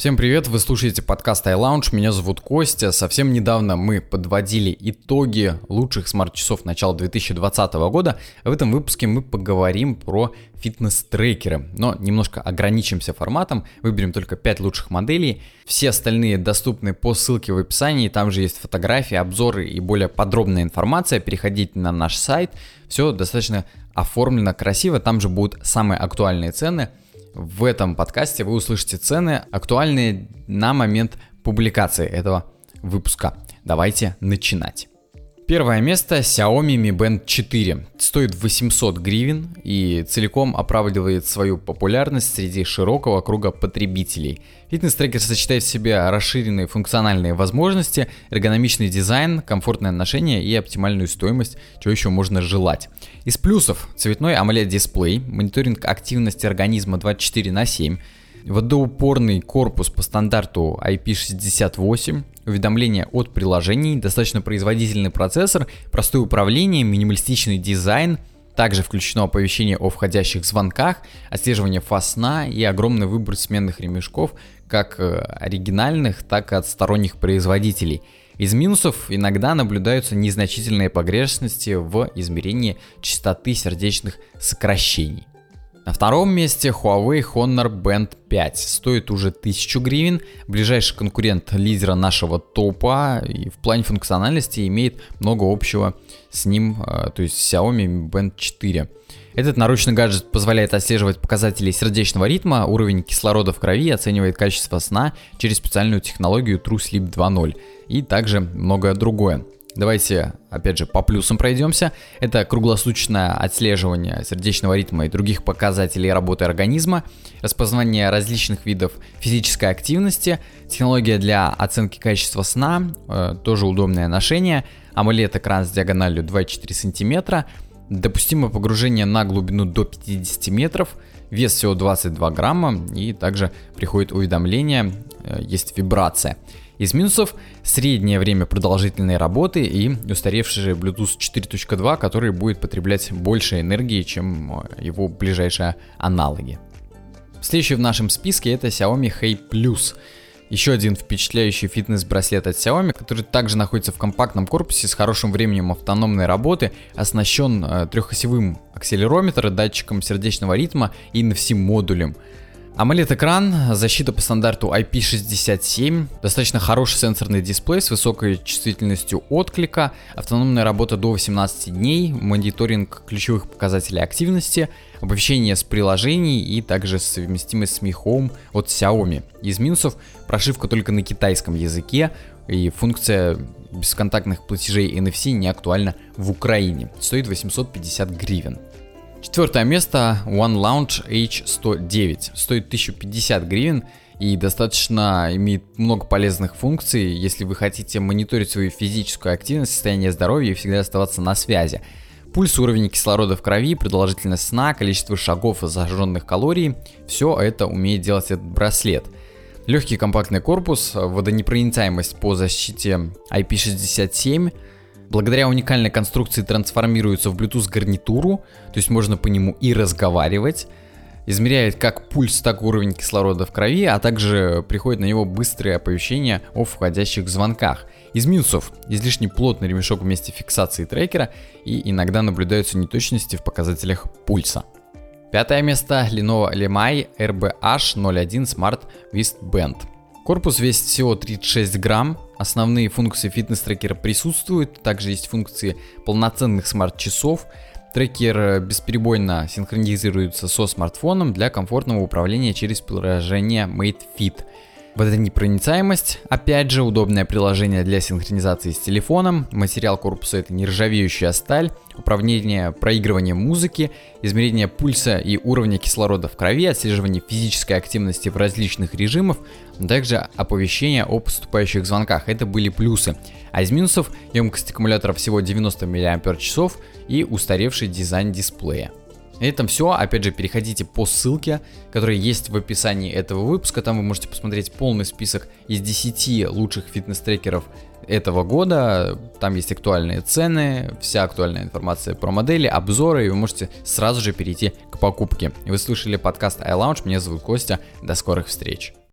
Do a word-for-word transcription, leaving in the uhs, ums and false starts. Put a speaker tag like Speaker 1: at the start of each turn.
Speaker 1: Всем привет, вы слушаете подкаст iLounge, меня зовут Костя. Совсем недавно мы подводили итоги лучших смарт-часов начала две тысячи двадцатого года. В этом выпуске мы поговорим про фитнес-трекеры, но немножко ограничимся форматом, выберем только пять лучших моделей. Все остальные доступны по ссылке в описании, там же есть фотографии, обзоры и более подробная информация. Переходите на наш сайт, все достаточно оформлено красиво, там же будут самые актуальные цены. В этом подкасте вы услышите цены, актуальные на момент публикации этого выпуска. Давайте начинать. Первое место Xiaomi Mi Band четыре. Стоит восемьсот гривен и целиком оправдывает свою популярность среди широкого круга потребителей. Фитнес-трекер сочетает в себе расширенные функциональные возможности, эргономичный дизайн, комфортное ношение и оптимальную стоимость, чего еще можно желать. Из плюсов: цветной AMOLED-дисплей, мониторинг активности организма двадцать четыре на семь, водоупорный корпус по стандарту ай пи шестьдесят восемь, уведомления от приложений, достаточно производительный процессор, простое управление, минималистичный дизайн, также включено оповещение о входящих звонках, отслеживание фаз сна и огромный выбор сменных ремешков, как оригинальных, так и от сторонних производителей. Из минусов иногда наблюдаются незначительные погрешности в измерении частоты сердечных сокращений. На втором месте Huawei Honor Band пять. Стоит уже тысячу гривен. Ближайший конкурент лидера нашего топа и в плане функциональности имеет много общего с ним, то есть Xiaomi Mi Band четыре. Этот наручный гаджет позволяет отслеживать показатели сердечного ритма, уровень кислорода в крови, оценивает качество сна через специальную технологию True Sleep два ноль и также многое другое. Давайте, опять же, по плюсам пройдемся. Это круглосуточное отслеживание сердечного ритма и других показателей работы организма, распознавание различных видов физической активности, технология для оценки качества сна, э, тоже удобное ношение, AMOLED-экран с диагональю двадцать четыре сантиметра, допустимое погружение на глубину до пятьдесят метров, вес всего двадцать два грамма и также приходит уведомление, э, есть вибрация. Из минусов: среднее время продолжительной работы и устаревший Bluetooth четыре точка два, который будет потреблять больше энергии, чем его ближайшие аналоги. Следующий в нашем списке это Xiaomi Hey Plus. Еще один впечатляющий фитнес-браслет от Xiaomi, который также находится в компактном корпусе с хорошим временем автономной работы, оснащен э, трехосевым акселерометром, датчиком сердечного ритма и эн эф си-модулем. AMOLED-экран, защита по стандарту ай пи шестьдесят семь, достаточно хороший сенсорный дисплей с высокой чувствительностью отклика, автономная работа до восемнадцати дней, мониторинг ключевых показателей активности, оповещение с приложений и также совместимость с Mi Home от Xiaomi. Из минусов: прошивка только на китайском языке и функция бесконтактных платежей эн эф си не актуальна в Украине. Стоит восемьсот пятьдесят гривен. Четвертое место One Lounge эйч сто девять. Стоит тысячу пятьдесят гривен и достаточно имеет много полезных функций, если вы хотите мониторить свою физическую активность, состояние здоровья и всегда оставаться на связи. Пульс, уровень кислорода в крови, продолжительность сна, количество шагов и зажженных калорий – все это умеет делать этот браслет. Легкий компактный корпус, водонепроницаемость по защите ай пи шестьдесят семь. Благодаря уникальной конструкции трансформируется в Bluetooth гарнитуру, то есть можно по нему и разговаривать. Измеряет как пульс, так и уровень кислорода в крови, а также приходит на него быстрые оповещения о входящих звонках. Из минусов: излишне плотный ремешок в месте фиксации трекера и иногда наблюдаются неточности в показателях пульса. Пятое место Lenovo Lemay эр би эйч ноль один Smart Wristband. Корпус весит всего тридцать шесть грамм. Основные функции фитнес-трекера присутствуют. Также есть функции полноценных смарт-часов. Трекер бесперебойно синхронизируется со смартфоном для комфортного управления через приложение MateFit. Водонепроницаемость, опять же, удобное приложение для синхронизации с телефоном. Материал корпуса — это нержавеющая сталь. Управление проигрыванием музыки, измерение пульса и уровня кислорода в крови, отслеживание физической активности в различных режимах, также оповещение о поступающих звонках. Это были плюсы. А из минусов: емкость аккумулятора всего девяносто миллиампер-часов и устаревший дизайн дисплея. На этом все. Опять же, переходите по ссылке, которая есть в описании этого выпуска. Там вы можете посмотреть полный список из десяти лучших фитнес-трекеров этого года. Там есть актуальные цены, вся актуальная информация про модели, обзоры, и вы можете сразу же перейти к покупке. Вы слушали подкаст iLounge. Меня зовут Костя. До скорых встреч.